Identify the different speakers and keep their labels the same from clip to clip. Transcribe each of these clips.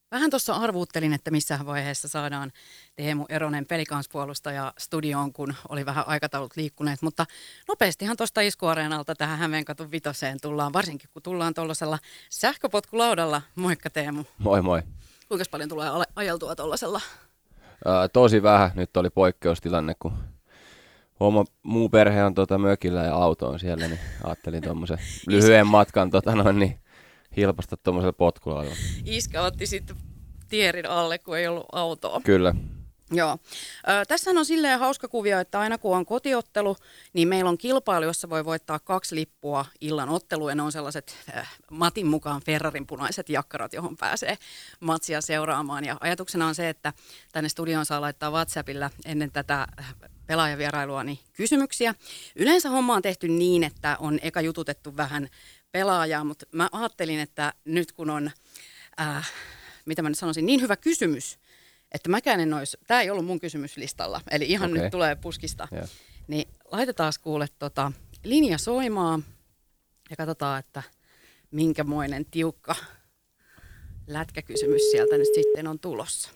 Speaker 1: Vähän tuossa arvuuttelin, että missä vaiheessa saadaan Teemu Eronen pelikanspuolustaja studioon, kun oli vähän aikataulut liikkuneet. Mutta nopeastihan tuosta iskuareenalta tähän Hämeenkatu vitoseen tullaan, varsinkin kun tullaan tuollaisella sähköpotkulaudalla. Moikka Teemu.
Speaker 2: Moi moi.
Speaker 1: Kuinka paljon tulee ajeltua tuollaisella?
Speaker 2: Tosi vähän. Nyt oli poikkeustilanne, kun muu perhe on mökillä ja auto on siellä, niin ajattelin tuommoisen lyhyen matkan niin hilpasta tuommoisella potkulaudalla.
Speaker 1: Iskä otti sitten tierin alle, kun ei ollut autoa.
Speaker 2: Kyllä.
Speaker 1: Joo. Tässähän on silleen hauska kuvio, että aina kun on kotiottelu, niin meillä on kilpailu, jossa voi voittaa 2 lippua illan otteluun. Ja ne on sellaiset Matin mukaan Ferrarin punaiset jakkarat, johon pääsee matsia seuraamaan. Ja ajatuksena on se, että tänne studioon saa laittaa WhatsAppilla ennen tätä pelaajavierailua niin kysymyksiä. Yleensä homma on tehty niin, että on eka jututettu vähän pelaajaa, mutta mä ajattelin, että nyt kun on, mitä mä nyt sanoisin, niin hyvä kysymys, että mäkään en olisi, tämä ei ollut mun kysymyslistalla, eli ihan nyt tulee puskista, niin laitetaan kuule linja soimaan ja katsotaan, että minkämoinen tiukka lätkäkysymys sieltä nyt sitten on tulossa.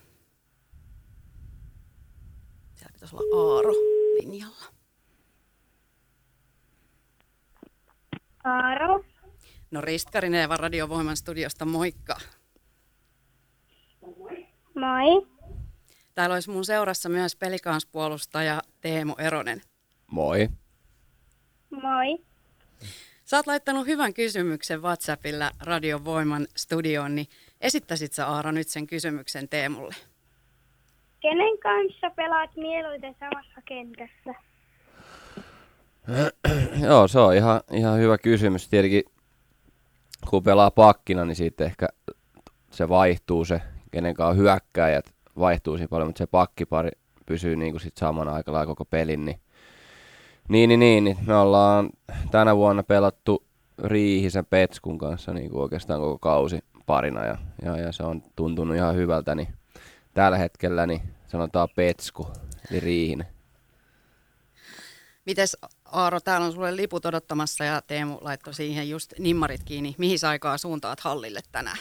Speaker 1: Siellä pitäisi olla Aaro linjalla.
Speaker 3: Aaro.
Speaker 1: No Ristkarinen Radiovoiman studiosta, moikka.
Speaker 3: Moi.
Speaker 1: Täällä olisi mun seurassa myös pelikanspuolustaja Teemu Eronen.
Speaker 2: Moi.
Speaker 3: Moi.
Speaker 1: Sä oot laittanut hyvän kysymyksen WhatsAppilla Radiovoiman studioon, niin esittäisit sä Aaro nyt sen kysymyksen Teemulle?
Speaker 3: Kenen kanssa pelaat mieluiten samassa kentässä?
Speaker 2: Joo, se on ihan hyvä kysymys. Tietenkin kun pelaa pakkina, niin siitä ehkä se vaihtuu se, kenenkaan on hyökkääjät vaihtuu siinä paljon, mutta se pakkipari pysyy niin kuin sit samana aikalla koko pelin. Niin. Me ollaan tänä vuonna pelattu Riihisen Petskun kanssa niin kuin oikeastaan koko kausi parina ja se on tuntunut ihan hyvältä. Niin tällä hetkellä niin sanotaan Petsku, eli Riihinen.
Speaker 1: Mites Aaro, täällä on sulle liput odottamassa ja Teemu laittoi siihen just nimmarit kiinni. Mihin aikaa suuntaat hallille tänään?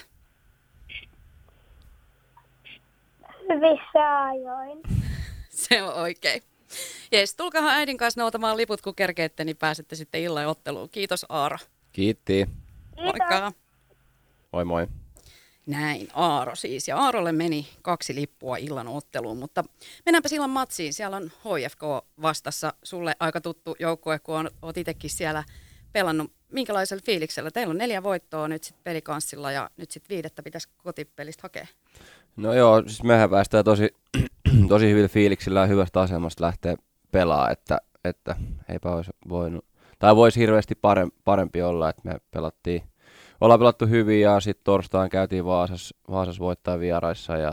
Speaker 3: Hyvissä ajoin.
Speaker 1: Se on oikein. Jes, tulkahan äidin kanssa noutamaan liput, kun kerkeette, niin pääsette sitten illan otteluun. Kiitos Aaro.
Speaker 2: Kiitti.
Speaker 1: Moikka.
Speaker 2: Moi moi.
Speaker 1: Näin, Aaro siis. Ja Aarolle meni 2 lippua illan otteluun, mutta mennäänpä silloin matsiin. Siellä on HFK vastassa. Sulle aika tuttu joukkue, kun oot itsekin siellä pelannut. Minkälaisella fiiliksellä? Teillä on 4 voittoa nyt sitten pelikanssilla ja nyt sitten 5 pitäisi kotipelistä hakea.
Speaker 2: No joo, siis mehän päästään tosi hyvillä fiiliksillä ja hyvästä asemasta lähteä pelaamaan, että eipä olisi voinut, tai voisi hirveästi parempi olla, että me ollaan pelattu hyvin ja sitten torstaina käytiin Vaasassa voittaa vieraissa ja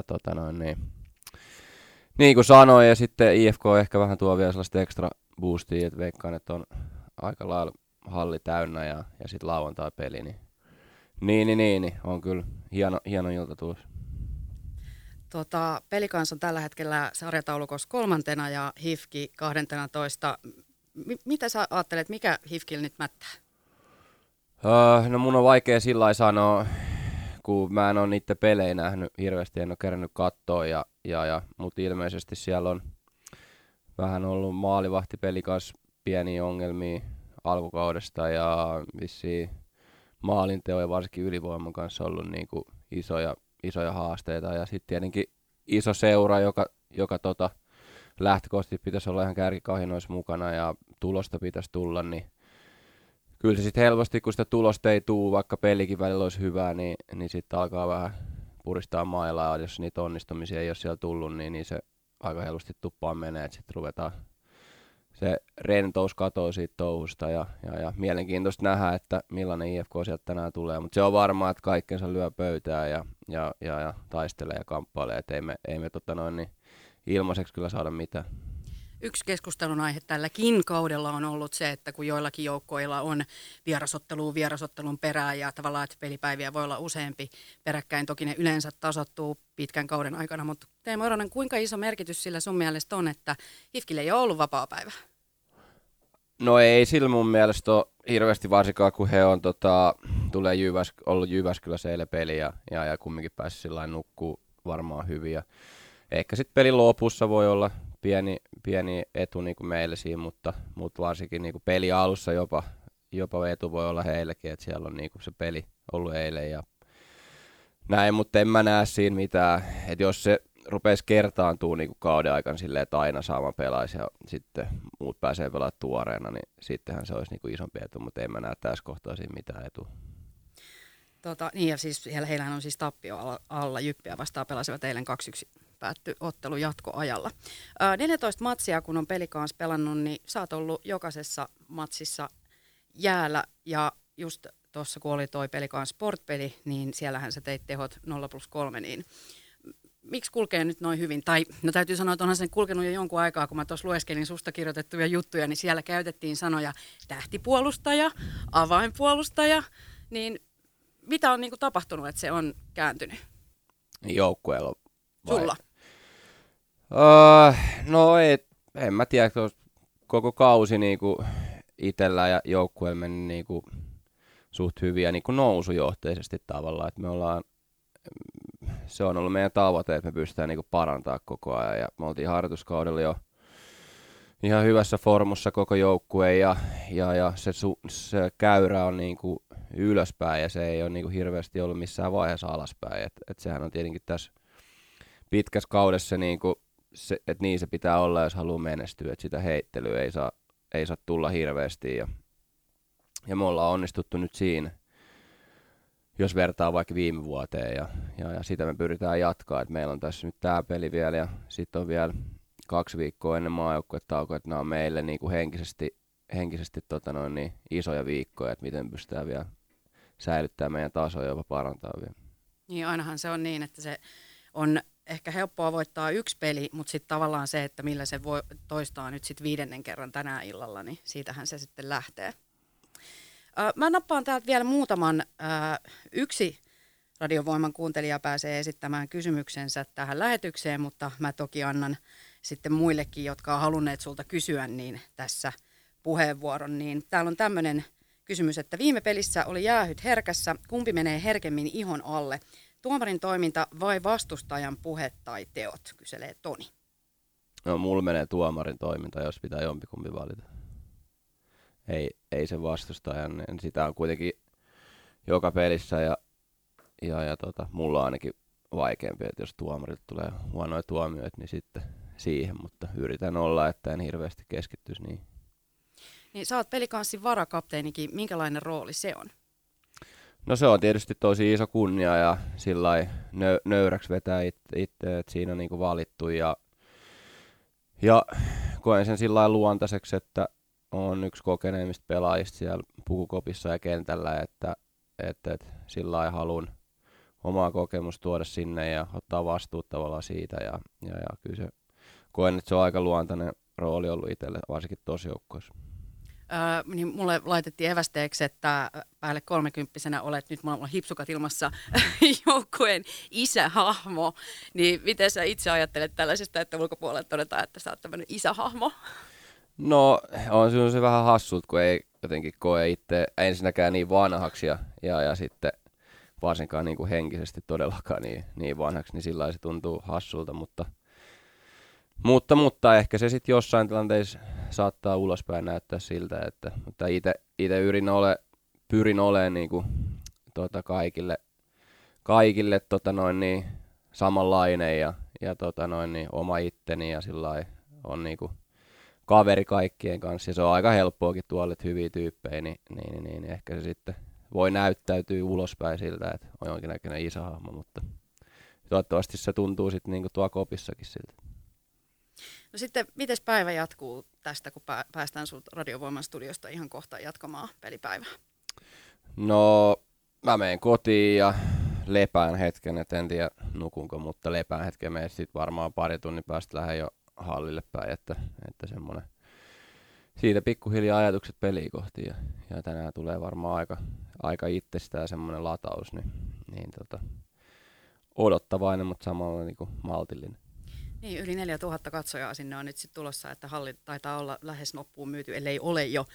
Speaker 2: niin kuin sanoin ja sitten IFK ehkä vähän tuo vielä sellaista ekstra boostia, että veikkaan, että on aika lailla halli täynnä ja sitten lauantai-peli, niin on kyllä hieno ilta tulossa.
Speaker 1: Pelikans on tällä hetkellä sarjataulukossa 3. ja HIFK 12. Mitä sä ajattelet, mikä HIFKillä nyt mättää?
Speaker 2: No mun on vaikea sillä lailla sanoa, kun mä en ole niitä pelejä nähnyt hirveästi, en ole kerännyt katsoa, mutta ilmeisesti siellä on vähän ollut maalivahtipeli kanssa pieniä ongelmia alkukaudesta ja vissiin maalinteon ja varsinkin ylivoiman kanssa ollut niinku isoja haasteita ja sitten tietenkin iso seura, joka lähtökohtaisesti pitäisi olla ihan kärkikahinoissa mukana ja tulosta pitäisi tulla, niin kyllä se sitten helposti, kun sitä tulosta ei tule, vaikka pelikin välillä olisi hyvää, niin sitten alkaa vähän puristaa mailaa, jos niitä onnistumisia ei ole siellä tullut, niin se aika helposti tuppaan menee, että sitten ruvetaan se rentous katoo siitä touhusta ja mielenkiintoista nähdä, että millainen IFK sieltä tänään tulee, mutta se on varmaa, että kaikkensa lyö pöytään ja taistelee ja kamppailee, että ei me niin ilmaiseksi kyllä saada mitään.
Speaker 1: Yksi keskustelun aihe tälläkin kaudella on ollut se, että kun joillakin joukkoilla on vierasottelun perään ja tavallaan, että pelipäiviä voi olla useampi peräkkäin. Toki ne yleensä tasoittuu pitkän kauden aikana, mutta Teemu Eronen, kuinka iso merkitys sillä sun mielestä on, että HIFKille ei ole ollut vapaapäivä?
Speaker 2: No ei sillä mun mielestä ole hirveästi varsinkaan, kun he on tulee ollut Jyväskylässä eilen peli ja kumminkin pääsi sillä nukkuu varmaan hyvin. Ja ehkä sitten pelin lopussa voi olla pieni etu niin kuin meille siinä, mutta varsinkin niin kuin peli alussa jopa etu voi olla heillekin, että siellä on niin kuin se peli ollut eilen ja näin, mutta en mä näe siinä mitään, että jos se rupeisi kertaantuu niin kuin kauden aikana silleen, että aina sama pelaisi ja sitten muut pääsee pelaamaan tuoreena, niin sittenhän se olisi niin kuin isompi etu, mutta en mä näe tässä kohtaa siinä mitään etua.
Speaker 1: Niin ja siis heillähän on siis tappio alla, Jyppiä vastaan pelasivat eilen 2-1 päättyi ottelu jatkoajalla. 14 matsia kun on Pelikans pelannut, niin sä oot ollut jokaisessa matsissa jäällä ja just tuossa kun oli toi Pelikans Sport-peli, niin siellähän sä teit tehot 0+3, niin miksi kulkee nyt noin hyvin? Tai no täytyy sanoa, että onhan sen kulkenut jo jonkun aikaa, kun mä tuossa lueskelin susta kirjoitettuja juttuja, niin siellä käytettiin sanoja tähtipuolustaja, avainpuolustaja, niin mitä on niinku tapahtunut, että se on kääntynyt?
Speaker 2: Joukkueella vai?
Speaker 1: Sulla?
Speaker 2: No en mä tiedä, koko kausi niinku itsellä ja joukkueella meni niinku suht hyviä niinku nousujohteisesti tavallaan, että me ollaan, se on ollut meidän tavoite, että me pystytään niinku parantamaan koko ajan ja me oltiin harjoituskaudella jo ihan hyvässä formussa koko joukkue ja se käyrä on niinku ylöspäin ja se ei ole niinku hirveästi ollut missään vaiheessa alaspäin, et sehän on tietenkin tässä pitkässä kaudessa niinku että niin se pitää olla, jos haluaa menestyä, että sitä heittelyä ei saa tulla hirveästi ja me ollaan onnistuttu nyt siinä, jos vertaa vaikka viime vuoteen ja sitä me pyritään jatkaa, että meillä on tässä nyt tämä peli vielä ja sitten on vielä 2 viikkoa ennen maajoukkuetaukoa, että nämä on meille niinku henkisesti niin isoja viikkoja, että miten pystytään vielä säilyttämään meidän tasoa ja jopa parantaa vielä.
Speaker 1: Niin ainahan se on niin, että se on ehkä helppoa voittaa 1 peli, mutta sitten tavallaan se, että millä se voi toistaa nyt sitten 5. kerran tänään illalla, niin siitähän se sitten lähtee. Mä nappaan täältä vielä muutaman. Yksi Radiovoiman kuuntelija pääsee esittämään kysymyksensä tähän lähetykseen, mutta mä toki annan sitten muillekin, jotka on halunneet sulta kysyä, niin tässä puheenvuoron. Niin täällä on tämmöinen kysymys, että viime pelissä oli jäähyt herkässä. Kumpi menee herkemmin ihon alle? Tuomarin toiminta vai vastustajan puhe tai teot, kyselee Toni.
Speaker 2: No mulla menee tuomarin toiminta, jos pitää jompikumpi valita. Ei se vastustajan, sitä on kuitenkin joka pelissä ja mulla on ainakin vaikeampi, että jos tuomarilta tulee huonoja tuomioita, niin sitten siihen, mutta yritän olla, että en hirveästi keskittyisi niin.
Speaker 1: Niin sä oot Pelikanssin varakapteenikin, minkälainen rooli se on?
Speaker 2: No se on tietysti tosi iso kunnia ja sillai nöyräksi vetää itse, että siinä on niinku valittu ja koen sen sillai luontaiseksi, että on yksi kokeneimmista pelaajista siellä pukukopissa ja kentällä, että sillai haluan omaa kokemusta tuoda sinne ja ottaa vastuut tavallaan siitä ja kyllä se koen, että se on aika luontainen rooli ollut itselle, varsinkin tuossa joukkueessa.
Speaker 1: Niin mulle laitettiin evästeeksi, että päälle 30-vuotiaana olet nyt, mulla on hipsukat ilmassa, joukkueen isähahmo. Niin miten sä itse ajattelet tällaisesta, että ulkopuolella todetaan, että sä oot tämmöinen isähahmo?
Speaker 2: No on se vähän hassut, kun ei jotenkin koe itse ensinnäkään niin vanhaksi ja sitten varsinkaan niin kuin henkisesti todellakaan niin vanhaksi, niin sillä se tuntuu hassulta, mutta ehkä se sitten jossain tilanteessa saattaa ulospäin näyttää siltä, mutta itse pyrin olemaan niinku kaikille niin samanlainen ja oma itteni ja sillä on niinku kaveri kaikkien kanssa ja se on aika helppoakin tuolle, että hyviä tyyppejä, niin ehkä se sitten voi näyttäytyä ulospäin siltä, että on jonkinnäköinen isähahmo, mutta toivottavasti se tuntuu sitten niinku tuo kopissakin siltä.
Speaker 1: No sitten, miten päivä jatkuu tästä, kun päästään sulta Radiovoiman studiosta ihan kohta jatkamaan pelipäivää?
Speaker 2: No, mä menen kotiin ja lepään hetken, et en tiedä nukunko, mutta lepään hetken menen sitten varmaan pari tunnin päästä lähden jo hallille päin, että semmoinen siitä pikkuhiljaa ajatukset peliä kohti ja tänään tulee varmaan aika itsestään semmoinen lataus, niin odottavainen, mutta samalla niinku maltillinen.
Speaker 1: Niin, yli 4000 katsojaa sinne on nyt sitten tulossa, että halli taitaa olla lähes loppuun myyty, ellei ole jo.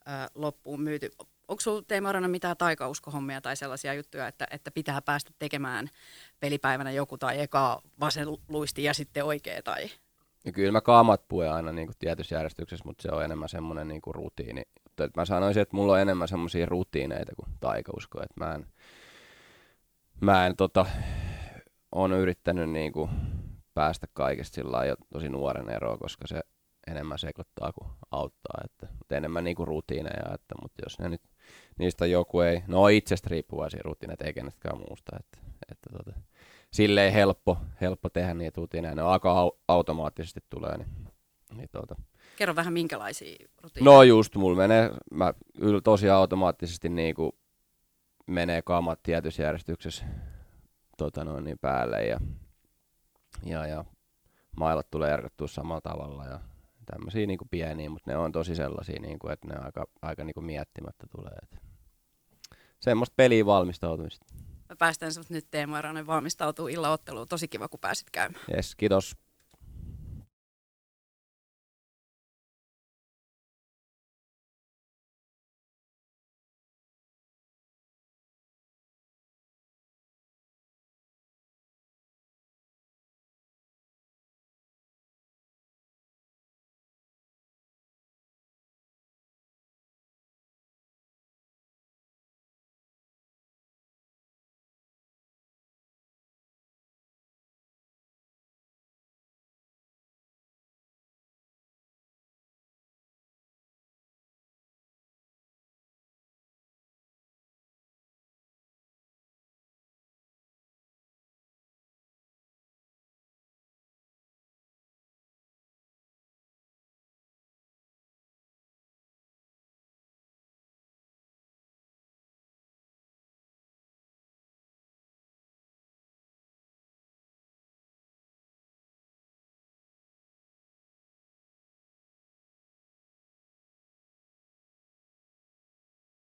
Speaker 1: loppuun myyty. Onko sinulla Teemu Arana mitään taikauskohommia tai sellaisia juttuja, että pitää päästä tekemään pelipäivänä joku tai eka vasen luisti ja sitten oikea? Tai...
Speaker 2: Ja kyllä mä kaamat puen aina niin kuin tietyssä järjestyksessä, mutta se on enemmän semmoinen niin kuin rutiini. Mä sanoisin, että mulla on enemmän semmoisia rutiineita kuin taikauskoa. Että mä en on yrittänyt niin kuin päästä kaikesta sillä lailla jo tosi nuoren eroon, koska se enemmän sekoittaa kuin auttaa. Mutta enemmän niin kuin rutiineja, mutta jos ne nyt, niistä joku ei, no on itsestä riippuvaisia rutiineita, eikä kenestäkään muusta. Silleen helppo tehdä niitä rutiineja, ne aika automaattisesti tulee.
Speaker 1: Kerro vähän minkälaisia rutiineja.
Speaker 2: No just, mulla menee, mä tosi automaattisesti niinku menee kamat tietyssä järjestyksessä päälle ja mailat tulee järkattua samalla tavalla ja tämmöisiä niinku pieniä, mutta ne on tosi sellaisia, niinku, että ne aika niinku miettimättä tulee. Semmoista peliin valmistautumista.
Speaker 1: Mä päästän sinut nyt Teemu Aranen valmistautuu illan otteluun. Tosi kiva, kun pääsit käymään.
Speaker 2: Jes, kiitos.